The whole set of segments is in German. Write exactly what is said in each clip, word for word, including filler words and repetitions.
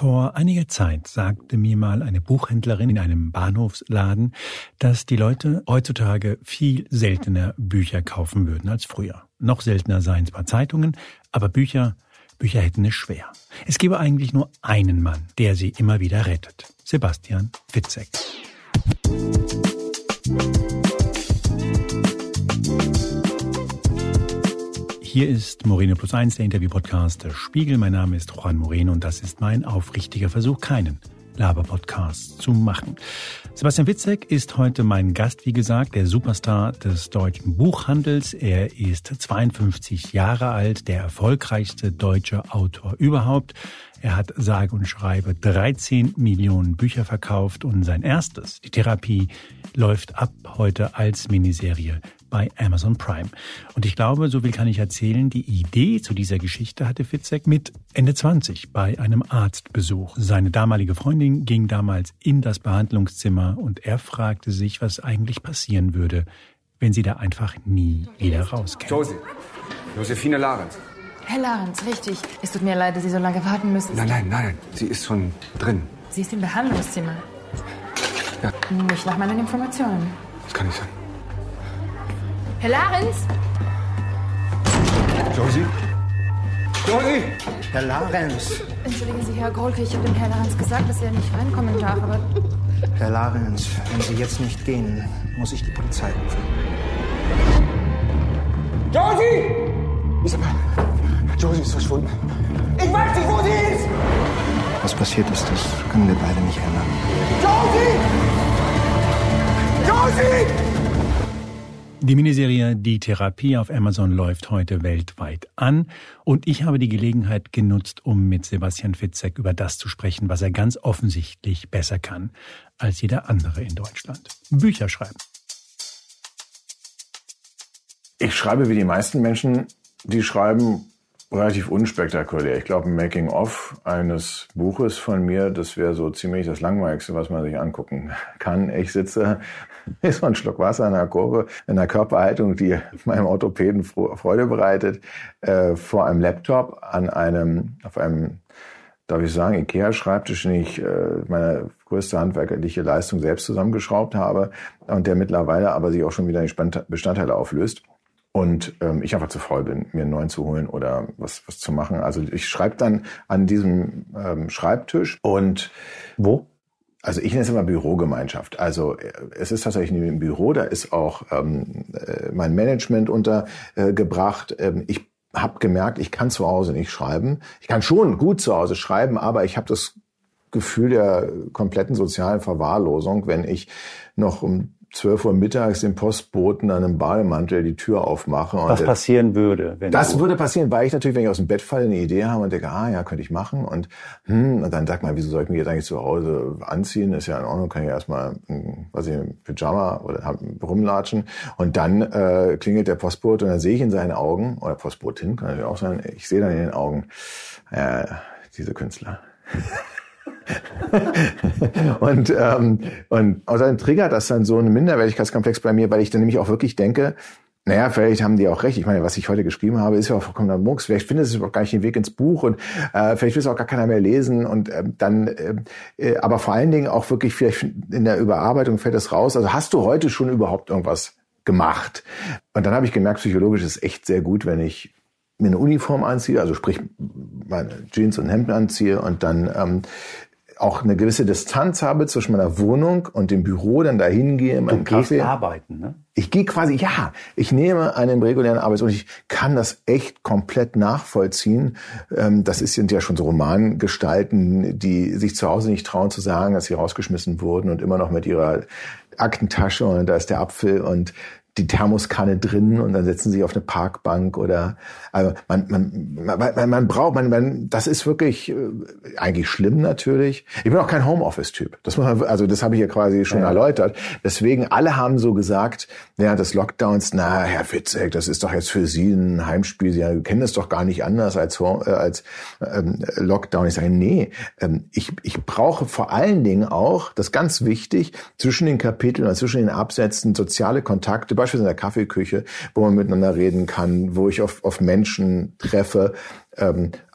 Vor einiger Zeit sagte mir mal eine Buchhändlerin in einem Bahnhofsladen, dass die Leute heutzutage viel seltener Bücher kaufen würden als früher. Noch seltener seien zwar Zeitungen, aber Bücher, Bücher hätten es schwer. Es gäbe eigentlich nur einen Mann, der sie immer wieder rettet. Sebastian Fitzek. Hier ist Moreno Plus Eins, der Interview-Podcast der Spiegel. Mein Name ist Juan Moreno und das ist mein aufrichtiger Versuch, keinen Laber-Podcast zu machen. Sebastian Fitzek ist heute mein Gast, wie gesagt, der Superstar des deutschen Buchhandels. Er ist zweiundfünfzig Jahre alt, der erfolgreichste deutsche Autor überhaupt. Er hat sage und schreibe dreizehn Millionen Bücher verkauft und sein erstes, die Therapie, läuft ab heute als Miniserie bei Amazon Prime. Und ich glaube, so viel kann ich erzählen, die Idee zu dieser Geschichte hatte Fitzek mit Ende zwanzig bei einem Arztbesuch. Seine damalige Freundin ging damals in das Behandlungszimmer und er fragte sich, was eigentlich passieren würde, wenn sie da einfach nie wieder rauskäme. Josie, Josephine Larenz. Herr Larenz, richtig. Es tut mir leid, dass Sie so lange warten müssen. Nein, nein, nein, sie ist schon drin. Sie ist im Behandlungszimmer. Ja. Nicht nach meinen Informationen. Das kann nicht sein. Herr Larenz! Josie? Josie! Herr Larenz! Entschuldigen Sie, Herr Golke, ich habe dem Herrn Larenz gesagt, dass er nicht reinkommen darf, aber... Herr Larenz, wenn Sie jetzt nicht gehen, muss ich die Polizei rufen. Josie! Isabel, Josie ist verschwunden. Ich weiß nicht, wo sie ist! Was passiert ist, das können wir beide nicht ändern. Josie! Josie! Die Miniserie Die Therapie auf Amazon läuft heute weltweit an und ich habe die Gelegenheit genutzt, um mit Sebastian Fitzek über das zu sprechen, was er ganz offensichtlich besser kann als jeder andere in Deutschland. Bücher schreiben. Ich schreibe wie die meisten Menschen, die schreiben relativ unspektakulär. Ich glaube, ein Making-of eines Buches von mir, das wäre so ziemlich das Langweiligste, was man sich angucken kann. Ich sitze mit so einem Schluck Wasser in einer Kurve, in einer Körperhaltung, die meinem Orthopäden Freude bereitet, äh, vor einem Laptop an einem, auf einem, darf ich sagen, Ikea-Schreibtisch, den ich äh, meine größte handwerkliche Leistung selbst zusammengeschraubt habe und der mittlerweile aber sich auch schon wieder in Bestandteile auflöst. Und ähm, ich einfach zu faul bin, mir einen neuen zu holen oder was was zu machen. Also ich schreibe dann an diesem ähm, Schreibtisch. Und wo? Also ich nenne es immer Bürogemeinschaft. Also es ist tatsächlich ein Büro, da ist auch ähm, mein Management untergebracht. Äh, ähm, ich habe gemerkt, ich kann zu Hause nicht schreiben. Ich kann schon gut zu Hause schreiben, aber ich habe das Gefühl der kompletten sozialen Verwahrlosung, wenn ich noch um zwölf Uhr mittags den Postboten an einem Bademantel die Tür aufmache. Und was passieren würde, wenn Das du würde passieren, weil ich natürlich, wenn ich aus dem Bett falle, eine Idee habe und denke, ah ja, könnte ich machen. Und hm, und dann sagt man, wieso soll ich mich jetzt eigentlich zu Hause anziehen? Ist ja in Ordnung, kann ich erstmal, was ich, Pyjama oder rumlatschen. Und dann äh, klingelt der Postbote und dann sehe ich in seinen Augen, oder Postbotin, kann natürlich auch sein, ich sehe dann in den Augen, äh, diese Künstler. und ähm, und außerdem triggert das dann so einen Minderwertigkeitskomplex bei mir, weil ich dann nämlich auch wirklich denke, naja, vielleicht haben die auch recht. Ich meine, was ich heute geschrieben habe, ist ja auch vollkommener Murks. Vielleicht findet es überhaupt gar nicht den Weg ins Buch und äh, vielleicht will es auch gar keiner mehr lesen. Und äh, dann, äh, aber vor allen Dingen auch wirklich vielleicht in der Überarbeitung fällt das raus. Also hast du heute schon überhaupt irgendwas gemacht? Und dann habe ich gemerkt, psychologisch ist es echt sehr gut, wenn ich mir eine Uniform anziehe, also sprich meine Jeans und Hemden anziehe und dann ähm, auch eine gewisse Distanz habe zwischen meiner Wohnung und dem Büro, dann dahin gehe, meinen du gehst Kaffee. arbeiten, ne? Ich gehe quasi, ja, ich nehme einen regulären Arbeits- und ich kann das echt komplett nachvollziehen. Das sind ja schon so Romangestalten, die sich zu Hause nicht trauen zu sagen, dass sie rausgeschmissen wurden und immer noch mit ihrer Aktentasche und da ist der Apfel und die Thermoskanne drin und dann setzen sie sich auf eine Parkbank oder also man man man, man braucht man, man das ist wirklich äh, eigentlich schlimm natürlich. Ich bin auch kein Homeoffice-Typ. Das muss man, also das habe ich ja quasi schon ja. erläutert. Deswegen alle haben so gesagt während des Lockdowns, na Herr Fitzek, das ist doch jetzt für Sie ein Heimspiel. Sie kennen das doch gar nicht anders als äh, als ähm, Lockdown. Ich sage nee, ähm, ich ich brauche vor allen Dingen auch, das ist ganz wichtig, zwischen den Kapiteln und zwischen den Absätzen soziale Kontakte. Beispielsweise in der Kaffeeküche, wo man miteinander reden kann, wo ich auf, auf Menschen treffe, ähm,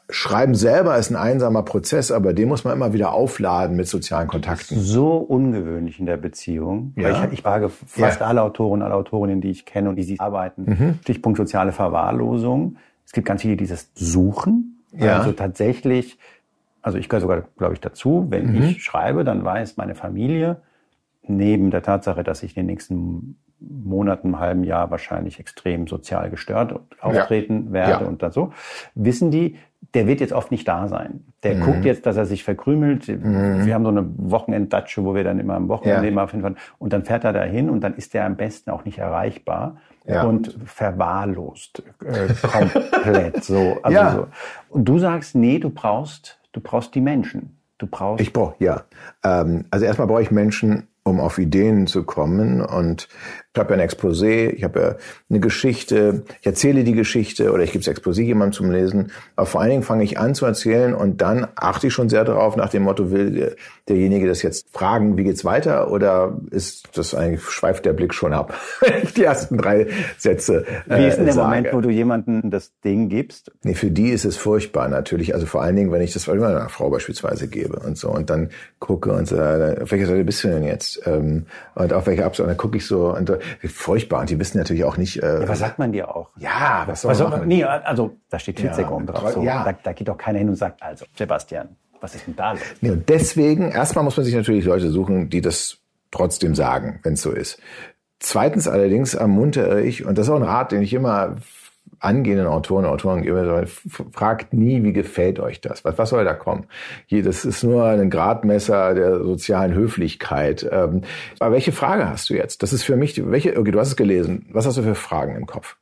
Schreiben selber ist ein einsamer Prozess, aber den muss man immer wieder aufladen mit sozialen Kontakten. So ungewöhnlich in der Beziehung. Ja. Weil ich, ich frage fast ja. alle Autoren, alle Autorinnen, die ich kenne und die sie arbeiten. Mhm. Stichpunkt soziale Verwahrlosung. Es gibt ganz viele, die das suchen. Ja. Also tatsächlich, also ich gehöre sogar, glaube ich, dazu. Wenn mhm. ich schreibe, dann weiß meine Familie, neben der Tatsache, dass ich in den nächsten Monaten, einem halben Jahr wahrscheinlich extrem sozial gestört auftreten ja. werde ja. und dann so, wissen die, der wird jetzt oft nicht da sein. Der mhm. guckt jetzt, dass er sich verkrümelt. Mhm. Wir haben so eine Wochenenddatsche, wo wir dann immer am Wochenende ja. immer finden. Und dann fährt er dahin und dann ist der am besten auch nicht erreichbar ja. und verwahrlost äh, komplett. so, also ja. so. Und du sagst, nee, du brauchst, du brauchst die Menschen. Du brauchst. Ich brauche, ja. Ähm, also erstmal brauche ich Menschen, um auf Ideen zu kommen. Und ich habe ja ein Exposé, ich habe ja eine Geschichte, ich erzähle die Geschichte oder ich gebe das Exposé jemandem zum Lesen. Aber vor allen Dingen fange ich an zu erzählen und dann achte ich schon sehr darauf, nach dem Motto, will derjenige das jetzt fragen, wie geht's weiter? Oder ist das eigentlich, schweift der Blick schon ab, wenn ich die ersten drei Sätze äh, Wie ist denn der sage. Moment, wo du jemandem das Ding gibst? Nee, für die ist es furchtbar natürlich. Also vor allen Dingen, wenn ich das einer Frau beispielsweise gebe und so und dann gucke und sage, auf welcher Seite bist du denn jetzt? Und auf welche Abseite? Und dann gucke ich so und furchtbar. Und die wissen natürlich auch nicht. Äh, ja, was sagt man dir auch? Ja, was soll was man soll, machen? Nee, also da steht Fitzek ja, oben drauf. So. Ja. Da, da geht doch keiner hin und sagt, also Sebastian, was ist denn da los? Nee, und deswegen, erstmal muss man sich natürlich Leute suchen, die das trotzdem sagen, wenn es so ist. Zweitens allerdings ermuntere ich, und das ist auch ein Rat, den ich immer angehenden Autoren und Autoren gebe, fragt nie, wie gefällt euch das? Was, was soll da kommen? Das ist nur ein Gradmesser der sozialen Höflichkeit. Aber welche Frage hast du jetzt? Das ist für mich, welche, okay, du hast es gelesen. Was hast du für Fragen im Kopf?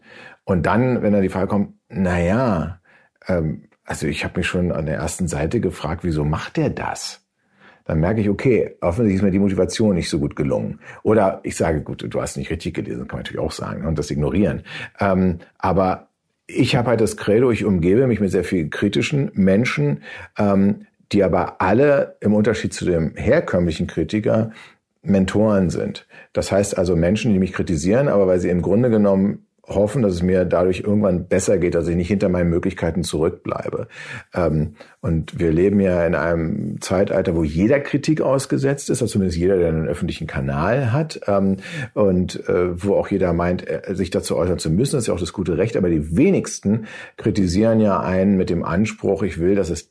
Und dann, wenn dann die Frage kommt, na ja, also ich habe mich schon an der ersten Seite gefragt, wieso macht der das? Dann merke ich, okay, offensichtlich ist mir die Motivation nicht so gut gelungen. Oder ich sage, gut, du hast nicht richtig gelesen, kann man natürlich auch sagen und das ignorieren. Ähm, aber ich habe halt das Credo, ich umgebe mich mit sehr vielen kritischen Menschen, ähm, die aber alle im Unterschied zu dem herkömmlichen Kritiker Mentoren sind. Das heißt also Menschen, die mich kritisieren, aber weil sie im Grunde genommen hoffen, dass es mir dadurch irgendwann besser geht, dass ich nicht hinter meinen Möglichkeiten zurückbleibe. Ähm, und wir leben ja in einem Zeitalter, wo jeder Kritik ausgesetzt ist, also zumindest jeder, der einen öffentlichen Kanal hat, ähm, und äh, wo auch jeder meint, äh, sich dazu äußern zu müssen. Das ist ja auch das gute Recht, aber die wenigsten kritisieren ja einen mit dem Anspruch, ich will, dass es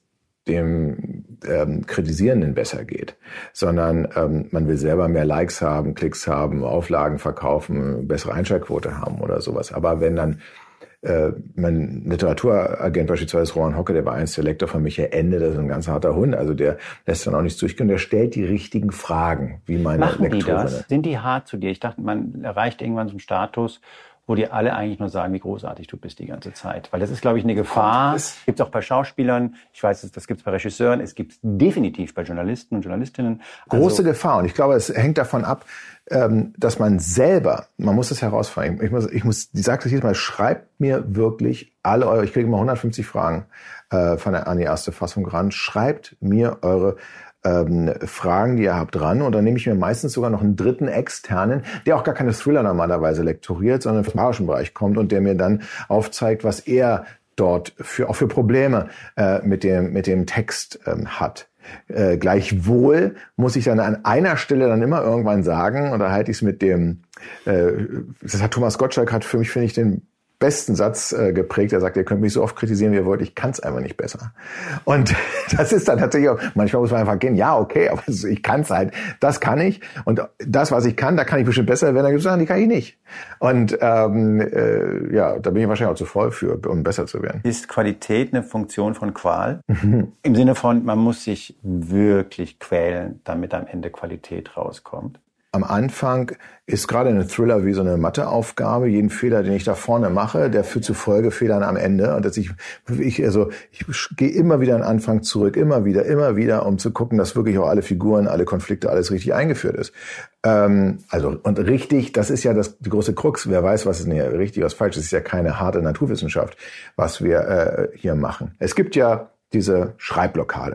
dem ähm, Kritisierenden besser geht, sondern ähm, man will selber mehr Likes haben, Klicks haben, Auflagen verkaufen, bessere Einschaltquote haben oder sowas. Aber wenn dann äh, mein Literaturagent beispielsweise Roman Hocke, der war einst der Lektor von Michael Ende, das ist ein ganz harter Hund, also der lässt dann auch nichts durchgehen, der stellt die richtigen Fragen, wie meine Machen Lektorinnen. Die das? Sind die hart zu dir? Ich dachte, man erreicht irgendwann so einen Status, wo die alle eigentlich nur sagen, wie großartig du bist die ganze Zeit. Weil das ist, glaube ich, eine Gefahr. Gibt es auch bei Schauspielern, ich weiß, das gibt es bei Regisseuren, es gibt es definitiv bei Journalisten und Journalistinnen. Also große Gefahr. Und ich glaube, es hängt davon ab, dass man selber, man muss das herausfinden. Ich muss, ich muss, die sagt das jedes Mal, schreibt mir wirklich alle eure, ich kriege immer hundertfünfzig Fragen äh, von der, an die erste Fassung ran, schreibt mir eure Ähm, Fragen, die ihr habt, dran. Und dann nehme ich mir meistens sogar noch einen dritten externen, der auch gar keine Thriller normalerweise lektoriert, sondern im literarischen Bereich kommt und der mir dann aufzeigt, was er dort für auch für Probleme äh, mit dem mit dem Text ähm, hat. Äh, gleichwohl muss ich dann an einer Stelle dann immer irgendwann sagen, und da halte ich es mit dem, äh, das hat Thomas Gottschalk, hat für mich, finde ich, den besten Satz äh, geprägt. Er sagt, ihr könnt mich so oft kritisieren, wie ihr wollt, ich kann es einfach nicht besser. Und das ist dann tatsächlich auch, manchmal muss man einfach gehen, ja, okay, aber ich kann es halt, das kann ich. Und das, was ich kann, da kann ich bestimmt besser werden, da gibt es Sachen, die kann ich nicht. Und ähm, äh, ja, da bin ich wahrscheinlich auch zu voll für, um besser zu werden. Ist Qualität eine Funktion von Qual? Mhm. Im Sinne von, man muss sich wirklich quälen, damit am Ende Qualität rauskommt? Am Anfang ist gerade ein Thriller wie so eine Matheaufgabe. Jeden Fehler, den ich da vorne mache, der führt zu Folgefehlern am Ende. Und dass ich, ich also ich gehe immer wieder an den Anfang zurück, immer wieder, immer wieder, um zu gucken, dass wirklich auch alle Figuren, alle Konflikte, alles richtig eingeführt ist. Ähm, also und richtig, das ist ja das die große Krux. Wer weiß, was ist denn hier richtig, was falsch ist? Das ist ja keine harte Naturwissenschaft, was wir äh, hier machen. Es gibt ja diese Schreibblockade,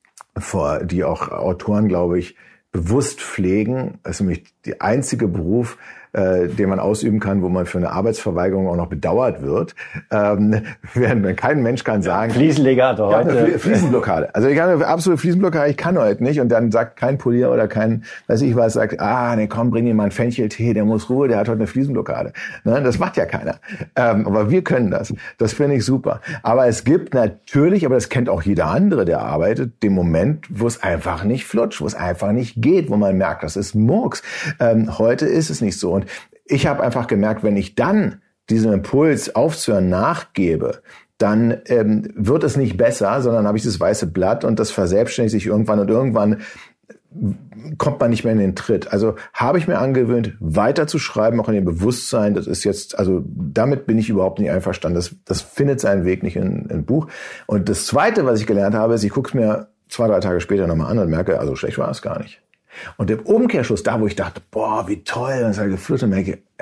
vor die auch Autoren, glaube ich, bewusst pflegen. Das ist nämlich der einzige Beruf, äh, den man ausüben kann, wo man für eine Arbeitsverweigerung auch noch bedauert wird. Ähm, während kein Mensch kann sagen... Fliesenlegator heute. Ja, eine Fliesenblockade. Also ich habe eine absolute Fliesenblockade, ich kann heute nicht. Und dann sagt kein Polier oder kein, weiß ich was, sagt, ah, nee, komm, bring ihm mal einen Fencheltee, der muss Ruhe, der hat heute eine Fliesenblockade. Ne, das macht ja keiner. Ähm, aber wir können das. Das finde ich super. Aber es gibt natürlich, aber das kennt auch jeder andere, der arbeitet, den Moment, wo es einfach nicht flutscht, wo es einfach nicht geht, wo man merkt, das ist Murks. Ähm, heute ist es nicht so. Und ich habe einfach gemerkt, wenn ich dann diesem Impuls aufzuhören nachgebe, dann ähm, wird es nicht besser, sondern habe ich das weiße Blatt und das verselbstständigt sich irgendwann und irgendwann kommt man nicht mehr in den Tritt. Also habe ich mir angewöhnt, weiter zu schreiben, auch in dem Bewusstsein, das ist jetzt, also damit bin ich überhaupt nicht einverstanden. Das, das findet seinen Weg nicht in, in ein Buch. Und das Zweite, was ich gelernt habe, ist, ich gucke es mir zwei, drei Tage später nochmal an und merke, also schlecht war es gar nicht. Und im Umkehrschluss, da wo ich dachte, boah, wie toll, und es hat geflutscht, und merke, äh,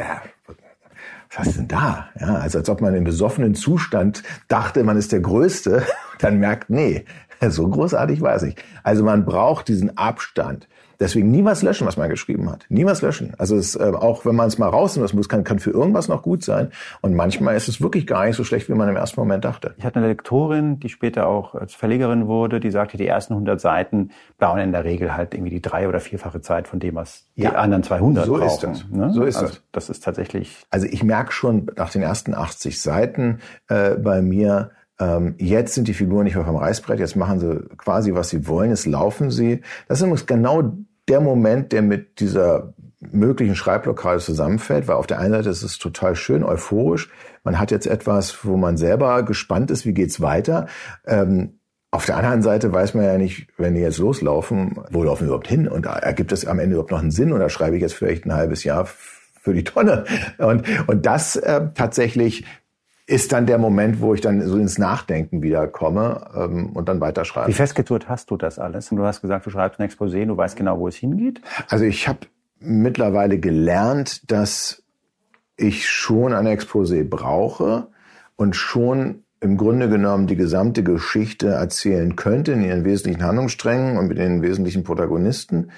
was hast du denn da? Ja, also als ob man im besoffenen Zustand dachte, man ist der Größte, dann merkt, nee, so großartig war es nicht. Also man braucht diesen Abstand. Deswegen nie was löschen, was man geschrieben hat. Nie was löschen. Also es, äh, auch wenn man es mal rausnehmen muss, kann, kann für irgendwas noch gut sein. Und manchmal ist es wirklich gar nicht so schlecht, wie man im ersten Moment dachte. Ich hatte eine Lektorin, die später auch als Verlegerin wurde, die sagte, die ersten hundert Seiten brauchen in der Regel halt irgendwie die drei- oder vierfache Zeit von dem, was die ja, anderen zweihundert so brauchen. Ist das. Ne? So ist also, das. Das ist tatsächlich... Also ich merke schon nach den ersten achtzig Seiten äh, bei mir, Ähm, jetzt sind die Figuren nicht mehr vom Reißbrett, jetzt machen sie quasi, was sie wollen, jetzt laufen sie. Das ist übrigens genau der Moment, der mit dieser möglichen Schreibblockade zusammenfällt, weil auf der einen Seite ist es total schön, euphorisch. Man hat jetzt etwas, wo man selber gespannt ist, wie geht's weiter. Ähm, auf der anderen Seite weiß man ja nicht, wenn die jetzt loslaufen, wo laufen wir überhaupt hin? Und ergibt es am Ende überhaupt noch einen Sinn oder schreibe ich jetzt vielleicht ein halbes Jahr für die Tonne? Und, und das äh, tatsächlich ist dann der Moment, wo ich dann so ins Nachdenken wieder komme ähm, und dann weiterschreibe. Wie festgezurrt hast du das alles? Du hast gesagt, du schreibst ein Exposé, du weißt genau, wo es hingeht? Also ich habe mittlerweile gelernt, dass ich schon ein Exposé brauche und schon im Grunde genommen die gesamte Geschichte erzählen könnte in ihren wesentlichen Handlungssträngen und mit den wesentlichen Protagonisten,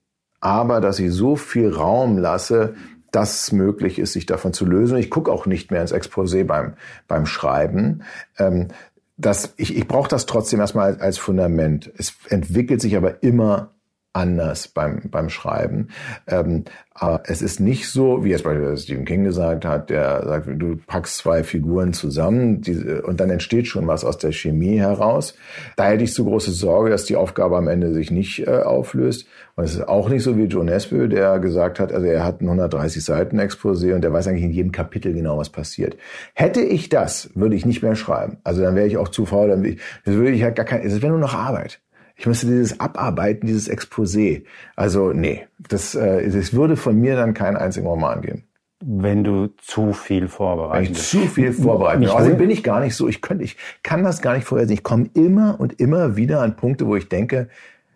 aber dass ich so viel Raum lasse, dass es möglich ist, sich davon zu lösen. Ich gucke auch nicht mehr ins Exposé beim beim Schreiben. Ähm, das, ich ich brauche das trotzdem erstmal als, als Fundament. Es entwickelt sich aber immer anders beim beim Schreiben. Ähm, aber es ist nicht so, wie es bei Stephen King gesagt hat, der sagt, du packst zwei Figuren zusammen die, und dann entsteht schon was aus der Chemie heraus. Da hätte ich so große Sorge, dass die Aufgabe am Ende sich nicht äh, auflöst. Und es ist auch nicht so wie Joe Nesbø, der gesagt hat, also er hat ein hundertdreißig Seiten Exposé und der weiß eigentlich in jedem Kapitel genau, was passiert. Hätte ich das, würde ich nicht mehr schreiben. Also dann wäre ich auch zu faul, dann würde ich, das würde ich halt gar kein, es wäre nur noch Arbeit. Ich müsste dieses Abarbeiten, dieses Exposé. Also nee, das, äh, das würde von mir dann keinen einzigen Roman geben. Wenn du zu viel vorbereitest. Wenn ich zu viel vorbereite. Also bin ich gar nicht so. Ich könnte, ich kann das gar nicht vorhersehen. Ich komme immer und immer wieder an Punkte, wo ich denke,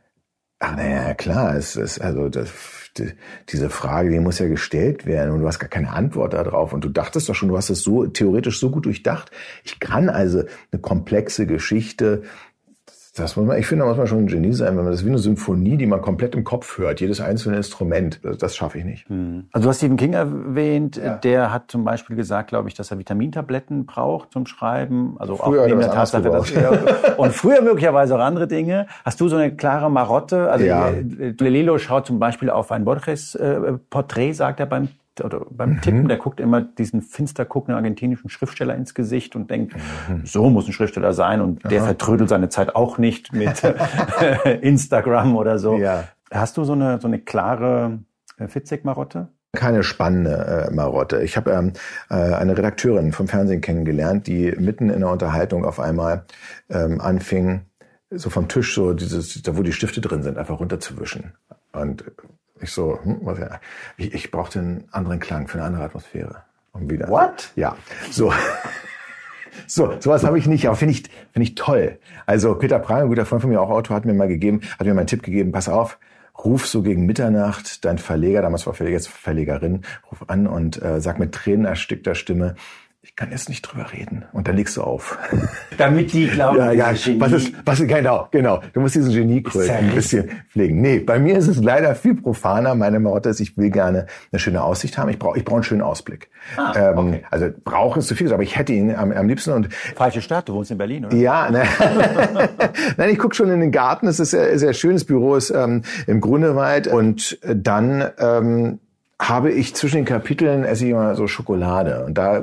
ach naja, klar, es ist also das, die, diese Frage, die muss ja gestellt werden und du hast gar keine Antwort darauf und du dachtest doch schon, du hast es so theoretisch so gut durchdacht. Ich kann also eine komplexe Geschichte. Das muss man, ich finde, da muss man schon ein Genie sein, wenn man das ist wie eine Symphonie, die man komplett im Kopf hört, jedes einzelne Instrument. Das, das schaffe ich nicht. Also du hast Stephen King erwähnt, ja. Der hat zum Beispiel gesagt, glaube ich, dass er Vitamintabletten braucht zum Schreiben. Also früher auch neben der Tatsache, dass er, und früher möglicherweise auch andere Dinge. Hast du so eine klare Marotte? Also ja. Lelilo schaut zum Beispiel auf ein Borges-Porträt, sagt er beim oder beim mhm. Tippen, der guckt immer diesen finster guckenden argentinischen Schriftsteller ins Gesicht und denkt, mhm. so muss ein Schriftsteller sein und Aha. der vertrödelt seine Zeit auch nicht mit Instagram oder so. Ja. Hast du so eine so eine klare Fitzek-Marotte? Keine spannende äh, Marotte. Ich habe ähm, äh, eine Redakteurin vom Fernsehen kennengelernt, die mitten in der Unterhaltung auf einmal ähm, anfing, so vom Tisch so dieses, da wo die Stifte drin sind, einfach runterzuwischen. Und ich so, hm, was ja, ich, ich brauchte einen anderen Klang für eine andere Atmosphäre. Und wieder. What? Ja, so. So, sowas habe ich nicht, aber finde ich, finde ich toll. Also Peter Pranger, ein guter Freund von mir, auch Autor, hat mir mal gegeben, hat mir mal einen Tipp gegeben, pass auf, ruf so gegen Mitternacht deinen Verleger, damals war Verleger, jetzt Verlegerin, ruf an und äh, sag mit tränenerstickter Stimme, ich kann jetzt nicht drüber reden. Und dann legst du auf. Damit die glauben, ja, ja, was ist, was ist, genau, genau. Du musst diesen Geniekult ein bisschen pflegen. Nee, bei mir ist es leider viel profaner. Meine Motto ist, ich will gerne eine schöne Aussicht haben. Ich brauche, ich brauche einen schönen Ausblick. Ah, ähm, okay. Also brauchen ist zu viel, aber ich hätte ihn am, am liebsten. Und falsche Stadt, du wohnst in Berlin, oder? Ja, ne. Nein, ich gucke schon in den Garten. Es ist ein sehr schönes Büro, ist ähm, im Grunewald. Und dann ähm, habe ich zwischen den Kapiteln esse ich immer so Schokolade und da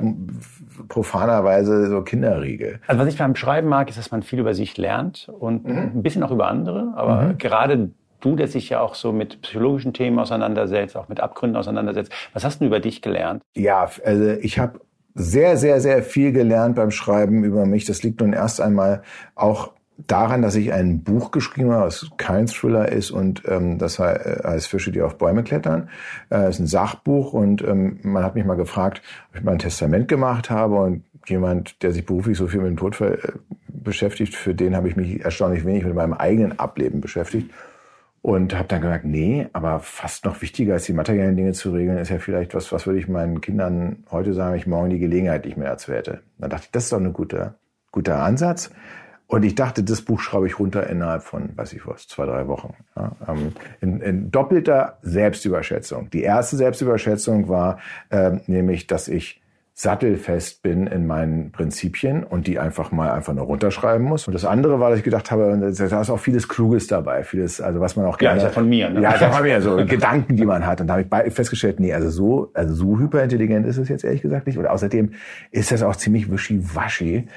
profanerweise so Kinderriegel. Also was ich beim Schreiben mag, ist, dass man viel über sich lernt und mhm. ein bisschen auch über andere. Aber mhm. gerade du, der sich ja auch so mit psychologischen Themen auseinandersetzt, auch mit Abgründen auseinandersetzt. Was hast du über dich gelernt? Ja, also ich habe sehr, sehr, sehr viel gelernt beim Schreiben über mich. Das liegt nun erst einmal auch daran, dass ich ein Buch geschrieben habe, das kein Thriller ist und ähm, das heißt Fische, die auf Bäume klettern. Das äh, ist ein Sachbuch und ähm, man hat mich mal gefragt, ob ich mal ein Testament gemacht habe und jemand, der sich beruflich so viel mit dem Tod äh, beschäftigt, für den habe ich mich erstaunlich wenig mit meinem eigenen Ableben beschäftigt und habe dann gesagt, nee, aber fast noch wichtiger als die materiellen Dinge zu regeln, ist ja vielleicht was, was würde ich meinen Kindern heute sagen, wenn ich morgen die Gelegenheit nicht mehr dazu hätte. Dann dachte ich, das ist doch ein guter, guter Ansatz. Und ich dachte, das Buch schreibe ich runter innerhalb von, weiß ich was, zwei, drei Wochen. Ja, ähm, in, in doppelter Selbstüberschätzung. Die erste Selbstüberschätzung war äh, nämlich, dass ich sattelfest bin in meinen Prinzipien und die einfach mal einfach nur runterschreiben muss. Und das andere war, dass ich gedacht habe, da ist auch vieles Kluges dabei, vieles, also was man auch gerne... Ja, ist ja von mir, ne? Ja, ist ja von mir, so Gedanken, die man hat. Und da habe ich festgestellt, nee, also so, also so hyperintelligent ist es jetzt ehrlich gesagt nicht. Und außerdem ist das auch ziemlich wischiwaschi.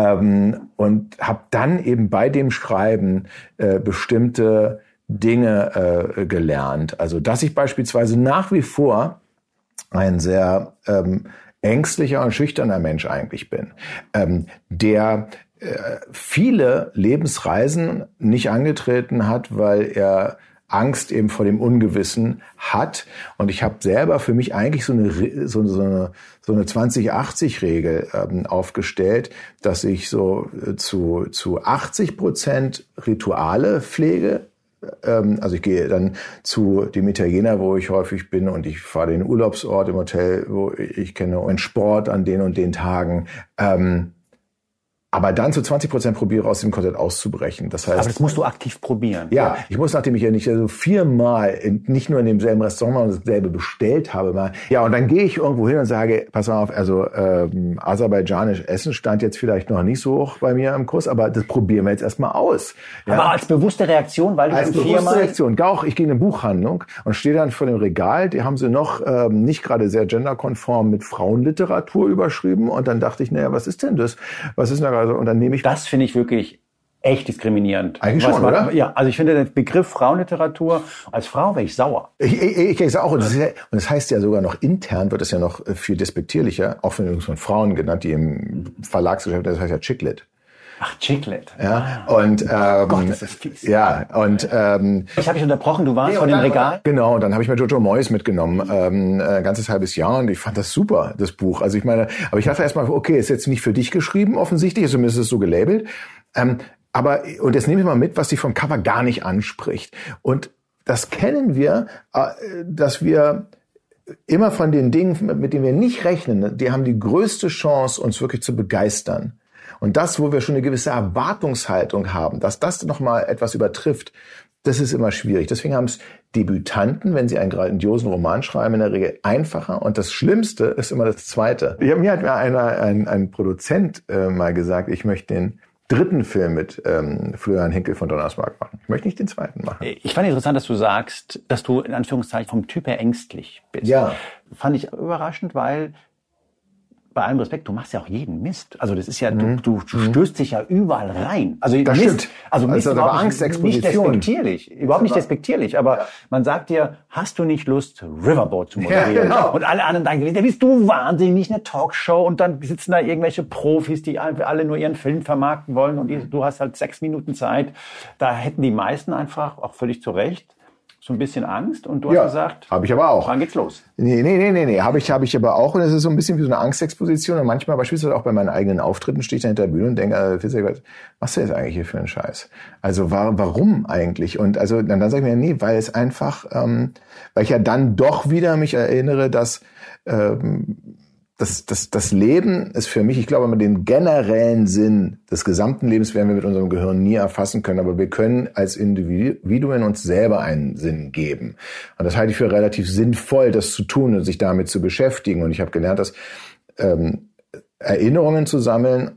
Ähm, und habe dann eben bei dem Schreiben äh, bestimmte Dinge äh, gelernt. Also, dass ich beispielsweise nach wie vor ein sehr... Ähm, ängstlicher und schüchterner Mensch eigentlich bin, ähm, der äh, viele Lebensreisen nicht angetreten hat, weil er Angst eben vor dem Ungewissen hat. Und ich habe selber für mich eigentlich so eine so, so eine so eine zwanzig achtzig Regel ähm, aufgestellt, dass ich so äh, zu zu achtzig Prozent Rituale pflege. Also ich gehe dann zu dem Italiener, wo ich häufig bin, und ich fahre den Urlaubsort im Hotel, wo ich kenne, und Sport an den und den Tagen. Ähm, aber dann zu zwanzig Prozent probiere, aus dem Korsett auszubrechen. Das heißt, aber das musst du aktiv probieren. Ja, ich muss, nachdem ich ja nicht also viermal, in, nicht nur in demselben Restaurant dasselbe bestellt habe, mal. Ja, und dann gehe ich irgendwo hin und sage, pass mal auf, also ähm, aserbaidschanisch Essen stand jetzt vielleicht noch nicht so hoch bei mir im Kurs, aber das probieren wir jetzt erstmal aus. Ja? Aber als bewusste Reaktion, weil du als dann bewusste viermal... Reaktion. Auch ich gehe in eine Buchhandlung und stehe dann vor dem Regal, die haben sie noch ähm, nicht gerade sehr genderkonform mit Frauenliteratur überschrieben, und dann dachte ich, naja, was ist denn das? Was ist denn da? Und dann nehme ich... Das finde ich wirklich echt diskriminierend. Eigentlich schon, man, oder? Ja, also ich finde den Begriff Frauenliteratur, als Frau wäre ich sauer. Ich, ich, ich, ich auch. Und das, ist ja, und das heißt ja sogar noch intern, wird es ja noch viel despektierlicher, auch von, von Frauen genannt, die im Verlagsgeschäft, das heißt ja Chicklit. Ach, Chicklit. Ja, und ähm, oh Gott, das ist fies. Ja, und ähm, ich habe dich unterbrochen, du warst nee, von dem Regal. Genau, und dann habe ich mir Jojo Moyes mitgenommen, ähm, ein ganzes halbes Jahr, und ich fand das super, das Buch. Also ich meine, aber ich dachte erstmal, okay, ist jetzt nicht für dich geschrieben, offensichtlich, zumindest ist es so gelabelt. Ähm, aber und jetzt nehme ich mal mit, was dich vom Cover gar nicht anspricht. Und das kennen wir, äh, dass wir immer von den Dingen, mit denen wir nicht rechnen, die haben die größte Chance, uns wirklich zu begeistern. Und das, wo wir schon eine gewisse Erwartungshaltung haben, dass das nochmal etwas übertrifft, das ist immer schwierig. Deswegen haben es Debütanten, wenn sie einen grandiosen Roman schreiben, in der Regel einfacher. Und das Schlimmste ist immer das Zweite. Mir hat mir einer, ein, ein Produzent äh, mal gesagt, ich möchte den dritten Film mit ähm, Florian Hinkel von Donnersmarck machen. Ich möchte nicht den zweiten machen. Ich fand interessant, dass du sagst, dass du in Anführungszeichen vom Typ her ängstlich bist. Ja. Fand ich überraschend, weil... Bei allem Respekt, du machst ja auch jeden Mist. Also das ist ja, mhm. du, du stößt dich ja überall rein. Also das Mist, stimmt. Also Mist, also aber Angstexposition. Nicht despektierlich, überhaupt nicht despektierlich. Aber ja. man sagt dir, hast du nicht Lust, Riverboat zu moderieren? Ja, genau. Und alle anderen denken, da bist du wahnsinnig, eine Talkshow, und dann sitzen da irgendwelche Profis, die alle nur ihren Film vermarkten wollen, und du hast halt sechs Minuten Zeit. Da hätten die meisten einfach, auch völlig zu Recht, so ein bisschen Angst, und du ja, hast gesagt, habe ich aber auch. Dann geht's los. Nee, nee, nee, nee, nee, habe ich, habe ich aber auch, und es ist so ein bisschen wie so eine Angstexposition, und manchmal beispielsweise auch bei meinen eigenen Auftritten stehe ich da hinter der Bühne und denke, also, was machst du jetzt eigentlich hier für einen Scheiß? Also war, warum eigentlich? Und also dann, dann sage ich mir, nee, weil es einfach, ähm, weil ich ja dann doch wieder mich erinnere, dass ähm, Das, das, das Leben ist für mich, ich glaube, den generellen Sinn des gesamten Lebens werden wir mit unserem Gehirn nie erfassen können, aber wir können als Individuen uns selber einen Sinn geben. Und das halte ich für relativ sinnvoll, das zu tun und sich damit zu beschäftigen. Und ich habe gelernt, dass ähm, Erinnerungen zu sammeln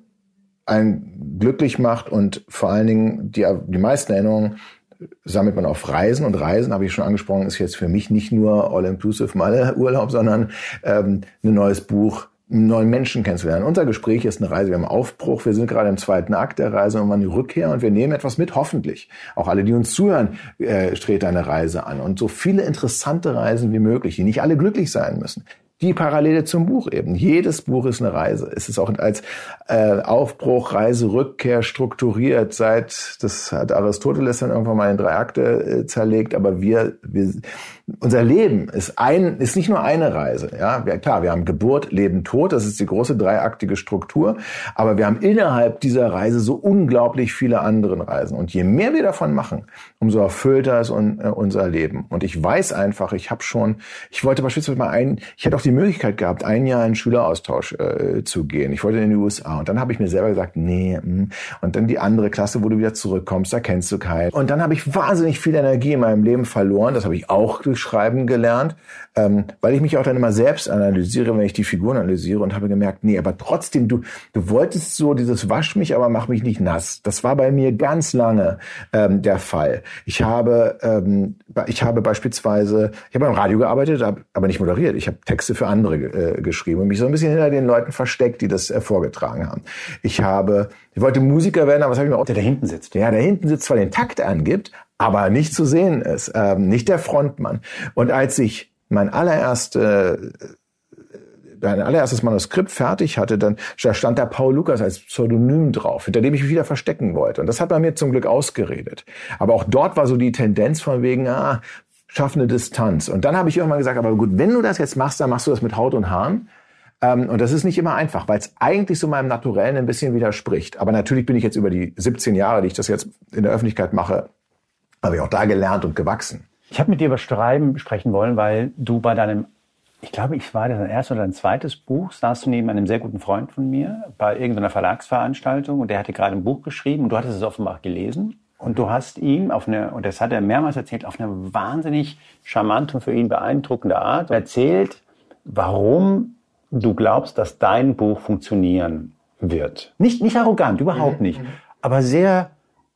einen glücklich macht und vor allen Dingen die, die meisten Erinnerungen sammelt man auf Reisen. Und Reisen, habe ich schon angesprochen, ist jetzt für mich nicht nur All-Inclusive Malle-Urlaub, sondern ähm, ein neues Buch, einen neuen Menschen kennenzulernen. Unser Gespräch ist eine Reise, wir haben Aufbruch, wir sind gerade im zweiten Akt der Reise und wir haben die Rückkehr und wir nehmen etwas mit, hoffentlich. Auch alle, die uns zuhören, äh, strebt eine Reise an. Und so viele interessante Reisen wie möglich, die nicht alle glücklich sein müssen. Die Parallele zum Buch eben. Jedes Buch ist eine Reise. Es ist auch als äh, Aufbruch, Reise, Rückkehr strukturiert. Seit, das hat Aristoteles dann irgendwann mal in drei Akte äh, zerlegt. Aber wir, wir, unser Leben ist ein, ist nicht nur eine Reise. Ja, wir, klar, wir haben Geburt, Leben, Tod. Das ist die große dreiaktige Struktur. Aber wir haben innerhalb dieser Reise so unglaublich viele andere Reisen. Und je mehr wir davon machen, umso erfüllter ist un, äh, unser Leben. Und ich weiß einfach, ich habe schon, ich wollte beispielsweise mal ein, ich hatte auch die Möglichkeit gehabt, ein Jahr in Schüleraustausch äh, zu gehen. Ich wollte in die U S A. Und dann habe ich mir selber gesagt, nee. Mh. Und dann die andere Klasse, wo du wieder zurückkommst, da kennst du keinen. Und dann habe ich wahnsinnig viel Energie in meinem Leben verloren. Das habe ich auch durch Schreiben gelernt, ähm, weil ich mich auch dann immer selbst analysiere, wenn ich die Figuren analysiere und habe gemerkt, nee, aber trotzdem, du du wolltest so dieses Wasch mich, aber mach mich nicht nass. Das war bei mir ganz lange ähm, der Fall. Ich habe ähm, ich habe beispielsweise, ich habe beim Radio gearbeitet, aber nicht moderiert. Ich habe Texte für andere äh, geschrieben und mich so ein bisschen hinter den Leuten versteckt, die das äh, vorgetragen haben. Ich habe, ich wollte Musiker werden, aber was habe ich mir auch... Der da hinten sitzt. Ja, der hinten sitzt, zwar den Takt angibt, aber nicht zu sehen ist, ähm, nicht der Frontmann. Und als ich mein allererste, mein allererstes Manuskript fertig hatte, dann da stand da Paul Lukas als Pseudonym drauf, hinter dem ich mich wieder verstecken wollte. Und das hat bei mir zum Glück ausgeredet. Aber auch dort war so die Tendenz von wegen, ah, schaff eine Distanz. Und dann habe ich irgendwann gesagt, aber gut, wenn du das jetzt machst, dann machst du das mit Haut und Haaren. Ähm, und das ist nicht immer einfach, weil es eigentlich so meinem Naturellen ein bisschen widerspricht. Aber natürlich bin ich jetzt über die siebzehn Jahre, die ich das jetzt in der Öffentlichkeit mache, habe ich auch da gelernt und gewachsen. Ich habe mit dir über Schreiben sprechen wollen, weil du bei deinem, ich glaube, ich war dein erstes oder dein zweites Buch, saßt du neben einem sehr guten Freund von mir bei irgendeiner Verlagsveranstaltung und der hatte gerade ein Buch geschrieben und du hattest es offenbar gelesen. Und du hast ihm auf eine, und das hat er mehrmals erzählt, auf eine wahnsinnig charmante und für ihn beeindruckende Art erzählt, warum du glaubst, dass dein Buch funktionieren wird. Nicht, nicht arrogant, überhaupt mhm. nicht, aber sehr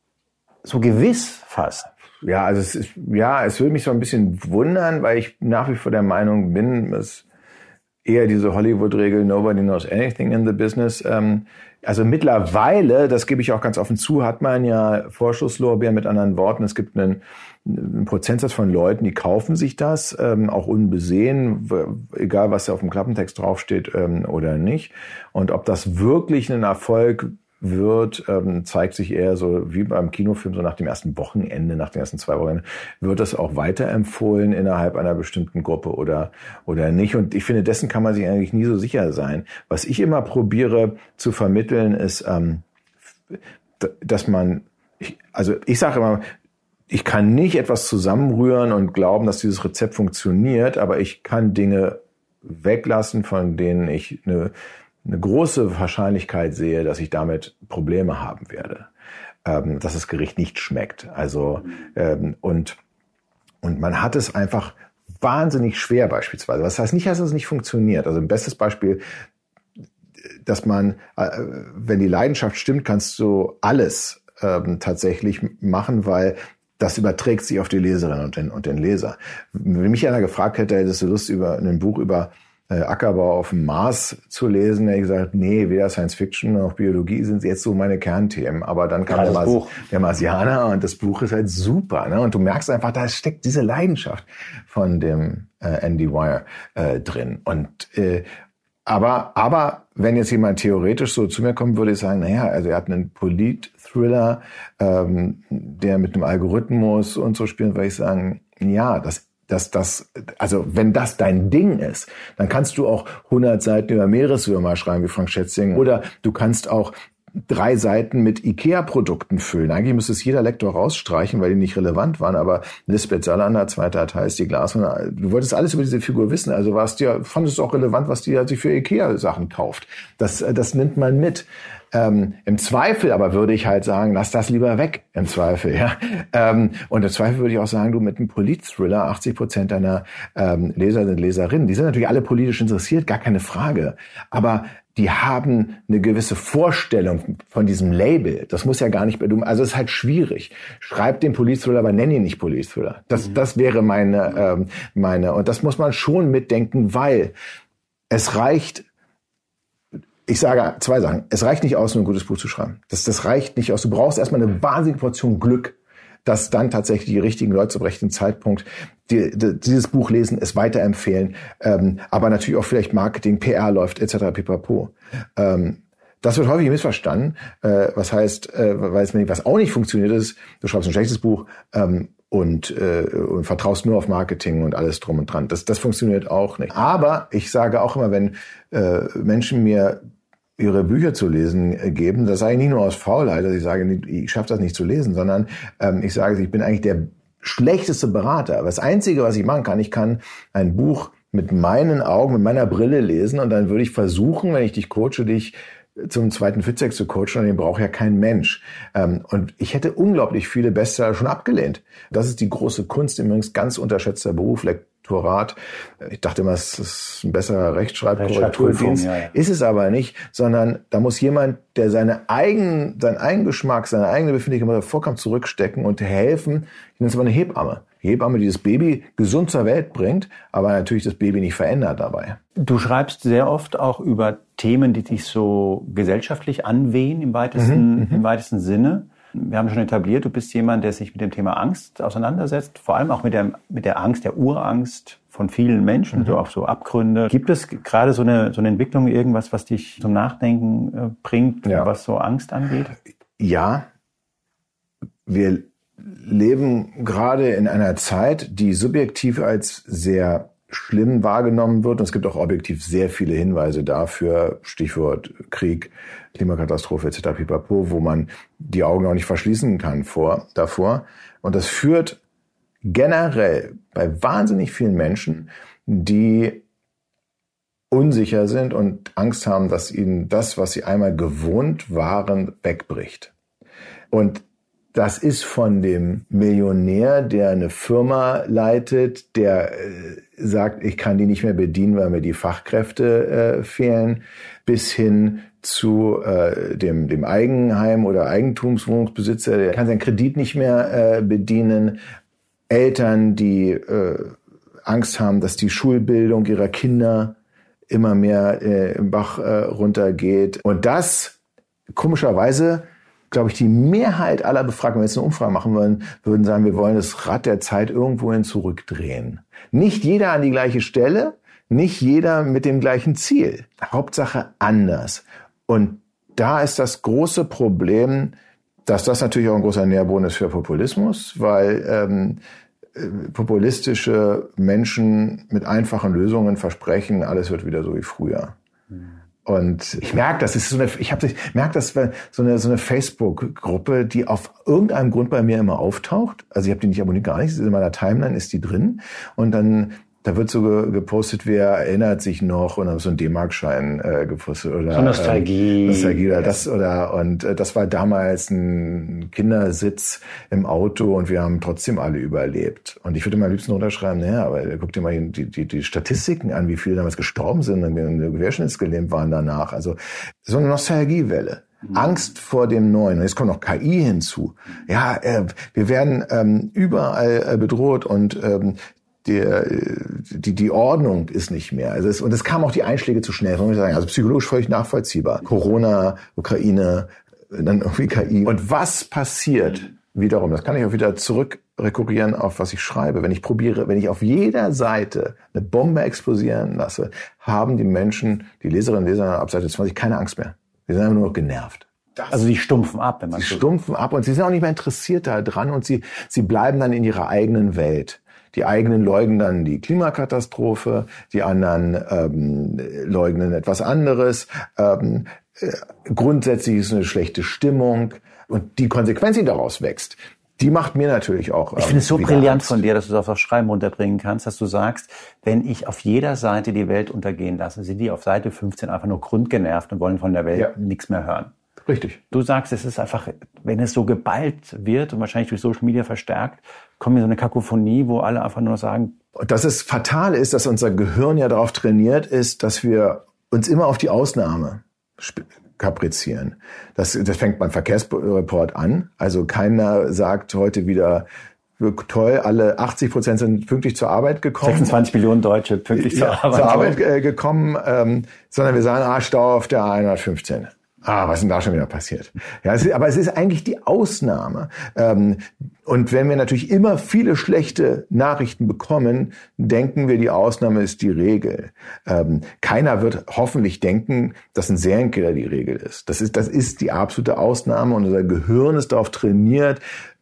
so gewiss fast. Ja, also es ist, ja, es würde mich so ein bisschen wundern, weil ich nach wie vor der Meinung bin, dass eher diese Hollywood-Regel Nobody knows anything in the business. Ähm, also mittlerweile, das gebe ich auch ganz offen zu, hat man ja Vorschusslorbeeren, mit anderen Worten. Es gibt einen, einen Prozentsatz von Leuten, die kaufen sich das, ähm, auch unbesehen, egal was da auf dem Klappentext draufsteht ähm, oder nicht. Und ob das wirklich ein Erfolg wird, ähm, zeigt sich eher so wie beim Kinofilm, so nach dem ersten Wochenende, nach den ersten zwei Wochen, wird das auch weiterempfohlen innerhalb einer bestimmten Gruppe oder oder nicht. Und ich finde, dessen kann man sich eigentlich nie so sicher sein. Was ich immer probiere zu vermitteln, ist, ähm, dass man, ich, also ich sage immer, ich kann nicht etwas zusammenrühren und glauben, dass dieses Rezept funktioniert, aber ich kann Dinge weglassen, von denen ich eine eine große Wahrscheinlichkeit sehe, dass ich damit Probleme haben werde, ähm, dass das Gericht nicht schmeckt. Also ähm, und und man hat es einfach wahnsinnig schwer beispielsweise. Das heißt nicht, dass es nicht funktioniert. Also ein bestes Beispiel, dass man, äh, wenn die Leidenschaft stimmt, kannst du alles ähm, tatsächlich machen, weil das überträgt sich auf die Leserin und den, und den Leser. Wenn mich einer gefragt hätte, hättest du Lust, über ein Buch über Äh, Ackerbau auf dem Mars zu lesen, hätte ich gesagt, nee, weder Science Fiction noch Biologie sind jetzt so meine Kernthemen. Aber dann kam der, Mars, der Marsianer und das Buch ist halt super. Ne? Und du merkst einfach, da steckt diese Leidenschaft von dem äh, Andy Weir äh, drin. Und äh, aber aber wenn jetzt jemand theoretisch so zu mir kommen würde, ich sagen, naja, also er hat einen Polit-Thriller, ähm, der mit einem Algorithmus und so spielt, würde ich sagen, ja, das dass das, also wenn das dein Ding ist, dann kannst du auch hundert Seiten über Meereswürmer schreiben wie Frank Schätzing oder du kannst auch drei Seiten mit Ikea-Produkten füllen. Eigentlich müsste es jeder Lektor rausstreichen, weil die nicht relevant waren, aber Lisbeth Salander, zweiter Teil ist die Glasmann. Du wolltest alles über diese Figur wissen, also warst dir, fandest du auch relevant, was die sich für Ikea-Sachen kauft. Das, das nimmt man mit. Ähm, Im Zweifel aber würde ich halt sagen, lass das lieber weg, im Zweifel, ja. Ähm, und im Zweifel würde ich auch sagen, du mit einem Polit-Thriller, achtzig Prozent deiner ähm, Leser sind Leserinnen, die sind natürlich alle politisch interessiert, gar keine Frage. Aber die haben eine gewisse Vorstellung von diesem Label. Das muss ja gar nicht, also es ist halt schwierig. Schreib den Polit-Thriller, aber nenn ihn nicht Polit-Thriller. Das, mhm. das wäre meine, ähm, meine, und das muss man schon mitdenken, weil es reicht, ich sage zwei Sachen. Es reicht nicht aus, nur ein gutes Buch zu schreiben. Das, das reicht nicht aus. Du brauchst erstmal eine wahnsinnige Portion Glück, dass dann tatsächlich die richtigen Leute zum rechten Zeitpunkt die, die, dieses Buch lesen, es weiterempfehlen, ähm, aber natürlich auch vielleicht Marketing, P R läuft et cetera pipapo. Ähm, das wird häufig missverstanden. Äh, was heißt, äh, weiß man nicht, was auch nicht funktioniert ist, du schreibst ein schlechtes Buch ähm, und, äh, und vertraust nur auf Marketing und alles drum und dran. Das, das funktioniert auch nicht. Aber ich sage auch immer, wenn äh, Menschen mir ihre Bücher zu lesen geben, das sage ich nicht nur aus Faulheit, dass ich sage, ich schaffe das nicht zu lesen, sondern ähm, ich sage, ich bin eigentlich der schlechteste Berater. Das Einzige, was ich machen kann, ich kann ein Buch mit meinen Augen, mit meiner Brille lesen und dann würde ich versuchen, wenn ich dich coache, dich zum zweiten Fitzek zu coachen, und den braucht ja kein Mensch. Ähm, und ich hätte unglaublich viele Bestseller schon abgelehnt. Das ist die große Kunst, übrigens ganz unterschätzter Beruf, Lektorat. Ich dachte immer, es ist ein besserer Rechtschreibkorrekturdienst. Ja, ja. Ist es aber nicht, sondern da muss jemand, der seine eigenen, seinen eigenen Geschmack, seine eigene Befindlichkeit vollkommen zurückstecken und helfen. Ich nenne es mal eine Hebamme. Hebamme, die das Baby gesund zur Welt bringt, aber natürlich das Baby nicht verändert dabei. Du schreibst sehr oft auch über Themen, die dich so gesellschaftlich anwehen im weitesten, mhm, im weitesten Sinne. Wir haben schon etabliert, du bist jemand, der sich mit dem Thema Angst auseinandersetzt, vor allem auch mit der, mit der Angst, der Urangst von vielen Menschen, mhm, so auf so Abgründe. Gibt es gerade so eine, so eine Entwicklung, irgendwas, was dich zum Nachdenken äh, bringt, ja, was so Angst angeht? Ja, wir leben gerade in einer Zeit, die subjektiv als sehr schlimm wahrgenommen wird. Und es gibt auch objektiv sehr viele Hinweise dafür, Stichwort Krieg, Klimakatastrophe et cetera pipapo, wo man die Augen auch nicht verschließen kann vor, davor. Und das führt generell bei wahnsinnig vielen Menschen, die unsicher sind und Angst haben, dass ihnen das, was sie einmal gewohnt waren, wegbricht. Und das ist von dem Millionär, der eine Firma leitet, der äh, sagt, ich kann die nicht mehr bedienen, weil mir die Fachkräfte äh, fehlen, bis hin zu äh, dem, dem Eigenheim- oder Eigentumswohnungsbesitzer, der kann seinen Kredit nicht mehr äh, bedienen. Eltern, die äh, Angst haben, dass die Schulbildung ihrer Kinder immer mehr äh, im Bach äh, runtergeht. Und das, komischerweise, glaube ich, die Mehrheit aller Befragten, wenn wir jetzt eine Umfrage machen wollen, würden sagen, wir wollen das Rad der Zeit irgendwohin zurückdrehen. Nicht jeder an die gleiche Stelle, nicht jeder mit dem gleichen Ziel. Hauptsache anders. Und da ist das große Problem, dass das natürlich auch ein großer Nährboden ist für Populismus, weil ähm, populistische Menschen mit einfachen Lösungen versprechen, alles wird wieder so wie früher. Mhm. Und ich merke, das ist so eine, ich habe merke, das war so eine so eine Facebook-Gruppe, die auf irgendeinem Grund bei mir immer auftaucht. Also ich habe die nicht abonniert, gar nicht. In meiner Timeline ist die drin. Und dann da wird so gepostet, wer erinnert sich noch, und dann so ein D-Mark-Schein äh, gepostet oder so Nostalgie, äh, Nostalgie oder das oder und äh, das war damals ein Kindersitz im Auto und wir haben trotzdem alle überlebt. Und ich würde mal am liebsten runterschreiben, naja, aber guck dir mal die, die, die Statistiken an, wie viele damals gestorben sind und querschnittsgelähmt waren danach. Also so eine Nostalgiewelle. Mhm. Angst vor dem Neuen. Und jetzt kommt noch K I hinzu. Ja, äh, wir werden ähm, überall äh, bedroht und ähm, Die, die, die Ordnung ist nicht mehr. Also es, und es kamen auch die Einschläge zu schnell, muss ich sagen. Also psychologisch völlig nachvollziehbar. Corona, Ukraine, dann irgendwie K I. Und was passiert wiederum? Das kann ich auch wieder zurück rekurrieren auf was ich schreibe. Wenn ich probiere, wenn ich auf jeder Seite eine Bombe explodieren lasse, haben die Menschen, die Leserinnen und Leser ab Seite zwanzig keine Angst mehr. Die sind einfach nur noch genervt. Das also die stumpfen ab, wenn man Sie so stumpfen ab und sie sind auch nicht mehr interessiert daran und sie, sie bleiben dann in ihrer eigenen Welt. Die eigenen leugnen dann die Klimakatastrophe, die anderen ähm, leugnen etwas anderes. Ähm, äh, grundsätzlich ist eine schlechte Stimmung und die Konsequenz, die daraus wächst, die macht mir natürlich auch. Ähm, ich finde es so brillant Angst von dir, dass du es auf das Schreiben runterbringen kannst, dass du sagst, wenn ich auf jeder Seite die Welt untergehen lasse, sind die auf Seite fünfzehn einfach nur grundgenervt und wollen von der Welt ja. nichts mehr hören. Richtig. Du sagst, es ist einfach, wenn es so geballt wird und wahrscheinlich durch Social Media verstärkt, kommt mir so eine Kakophonie, wo alle einfach nur sagen. Und dass es fatal ist, dass unser Gehirn ja darauf trainiert ist, dass wir uns immer auf die Ausnahme kaprizieren. Das, das fängt beim Verkehrsreport an. Also keiner sagt heute wieder, toll, alle achtzig Prozent sind pünktlich zur Arbeit gekommen. sechsundzwanzig Millionen Deutsche pünktlich zur ja, Arbeit. Zur Arbeit äh, gekommen, ähm, sondern wir sagen, ah, Stau auf der A hundertfünfzehn. Ah, was ist denn da schon wieder passiert? Ja, es ist, aber es ist eigentlich die Ausnahme. Ähm, und wenn wir natürlich immer viele schlechte Nachrichten bekommen, denken wir, die Ausnahme ist die Regel. Ähm, keiner wird hoffentlich denken, dass ein Serienkiller die Regel ist. Das ist, das ist die absolute Ausnahme und unser Gehirn ist darauf trainiert,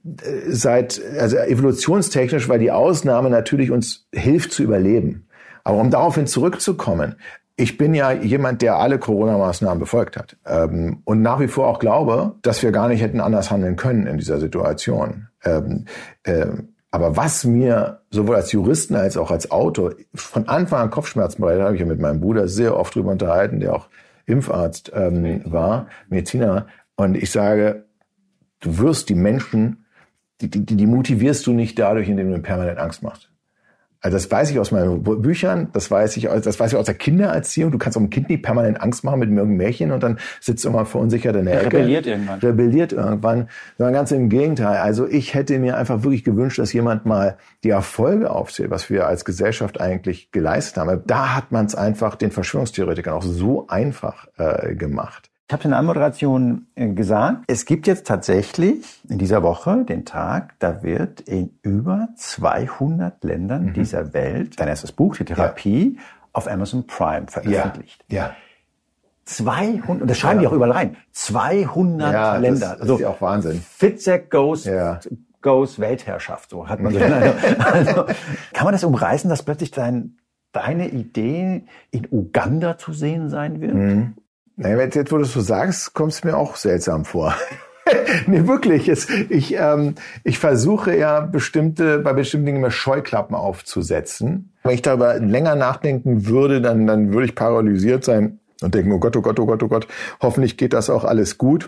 seit, also evolutionstechnisch, weil die Ausnahme natürlich uns hilft zu überleben. Aber um daraufhin zurückzukommen, ich bin ja jemand, der alle Corona-Maßnahmen befolgt hat ähm, und nach wie vor auch glaube, dass wir gar nicht hätten anders handeln können in dieser Situation. Ähm, äh, aber was mir sowohl als Juristen als auch als Autor von Anfang an Kopfschmerzen bereitet, habe ich ja mit meinem Bruder sehr oft drüber unterhalten, der auch Impfarzt ähm, war, Mediziner. Und ich sage, du wirst die Menschen, die, die, die motivierst du nicht dadurch, indem du permanent Angst machst. Also das weiß ich aus meinen Büchern, das weiß ich, das weiß ich aus der Kindererziehung. Du kannst auch einem Kind nicht permanent Angst machen mit irgendeinem Märchen und dann sitzt du immer verunsichert in der Ecke. Rebelliert irgendwann. Rebelliert irgendwann. Sondern ganz im Gegenteil. Also ich hätte mir einfach wirklich gewünscht, dass jemand mal die Erfolge aufzählt, was wir als Gesellschaft eigentlich geleistet haben. Da hat man es einfach den Verschwörungstheoretikern auch so einfach äh, gemacht. Ich habe in der Anmoderation gesagt, es gibt jetzt tatsächlich in dieser Woche den Tag, da wird in über zweihundert Ländern mhm. dieser Welt dein erstes Buch, die Therapie, ja. auf Amazon Prime veröffentlicht. Ja. ja. zweihundert, und das schreiben ja. die auch überall rein, zweihundert ja, Länder. Das, das also, ist ja auch Wahnsinn. Fitzek goes, ja. goes Weltherrschaft, so hat man so. Also, kann man das umreißen, dass plötzlich dein, deine Idee in Uganda zu sehen sein wird? Mhm. Naja, jetzt, wo du es so sagst, kommt es mir auch seltsam vor. Nee, wirklich. Es, ich, ähm, ich versuche ja bestimmte, bei bestimmten Dingen immer Scheuklappen aufzusetzen. Wenn ich darüber länger nachdenken würde, dann, dann würde ich paralysiert sein und denken, oh Gott, oh Gott, oh Gott, oh Gott, hoffentlich geht das auch alles gut.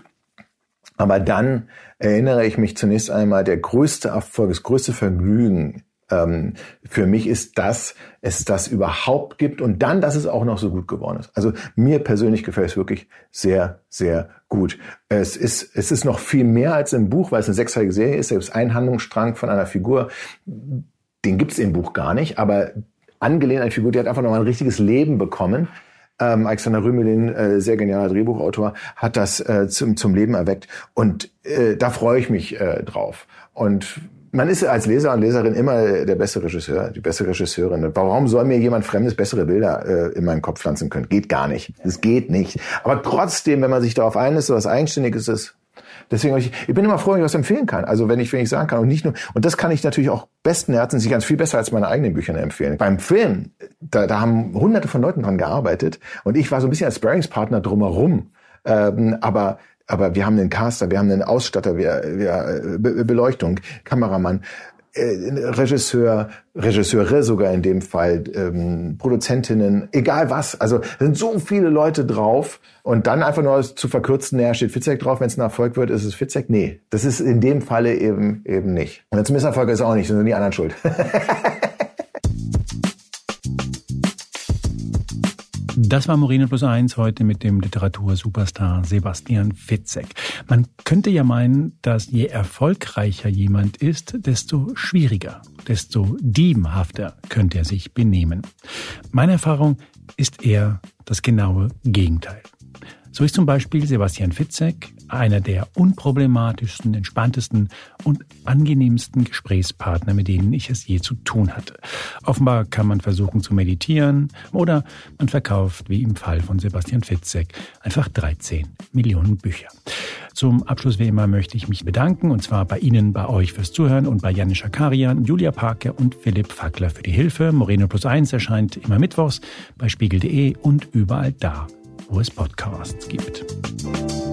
Aber dann erinnere ich mich zunächst einmal, der größte Erfolg, das größte Vergnügen Ähm, für mich ist das, es das überhaupt gibt und dann, dass es auch noch so gut geworden ist. Also mir persönlich gefällt es wirklich sehr, sehr gut. Es ist, es ist noch viel mehr als im Buch, weil es eine sechsteilige Serie ist. Es ist ein Handlungsstrang von einer Figur, den gibt es im Buch gar nicht, aber angelehnt an eine Figur, die hat einfach noch mal ein richtiges Leben bekommen. Ähm, Alexander Rümelin, äh, sehr genialer Drehbuchautor, hat das äh, zum, zum Leben erweckt und äh, da freue ich mich äh, drauf. Und man ist als Leser und Leserin immer der beste Regisseur, die beste Regisseurin. Warum soll mir jemand Fremdes bessere Bilder äh, in meinen Kopf pflanzen können? Geht gar nicht. Das geht nicht. Aber trotzdem, wenn man sich darauf einlässt, so was Eigenständiges ist, deswegen ich, ich bin immer froh, wenn ich was empfehlen kann. Also wenn ich, wenn ich sagen kann und nicht nur, und das kann ich natürlich auch besten Herzens, nicht ganz viel besser als meine eigenen Bücher empfehlen. Beim Film, da, da haben hunderte von Leuten dran gearbeitet und ich war so ein bisschen als Sparringspartner drumherum. Ähm, aber Aber wir haben einen Caster, wir haben einen Ausstatter, wir, wir Be- Beleuchtung, Kameramann, äh, Regisseur, Regisseure sogar in dem Fall, ähm, Produzentinnen, egal was. Also es sind so viele Leute drauf und dann einfach nur zu verkürzen, naja, steht Fitzek drauf, wenn es ein Erfolg wird, ist es Fitzek? Nee, das ist in dem Falle eben eben nicht. Und zum Misserfolg ist auch nicht, sind nur die anderen schuld. Das war Moreno Plus Eins heute mit dem Literatursuperstar Sebastian Fitzek. Man könnte ja meinen, dass je erfolgreicher jemand ist, desto schwieriger, desto diebenhafter könnte er sich benehmen. Meine Erfahrung ist eher das genaue Gegenteil. So ist zum Beispiel Sebastian Fitzek einer der unproblematischsten, entspanntesten und angenehmsten Gesprächspartner, mit denen ich es je zu tun hatte. Offenbar kann man versuchen zu meditieren oder man verkauft, wie im Fall von Sebastian Fitzek, einfach dreizehn Millionen Bücher. Zum Abschluss wie immer möchte ich mich bedanken, und zwar bei Ihnen, bei euch fürs Zuhören und bei Janis Schakarian, Julia Parker und Philipp Fackler für die Hilfe. Moreno Plus Eins erscheint immer mittwochs bei spiegel punkt de und überall da, wo es Podcasts gibt.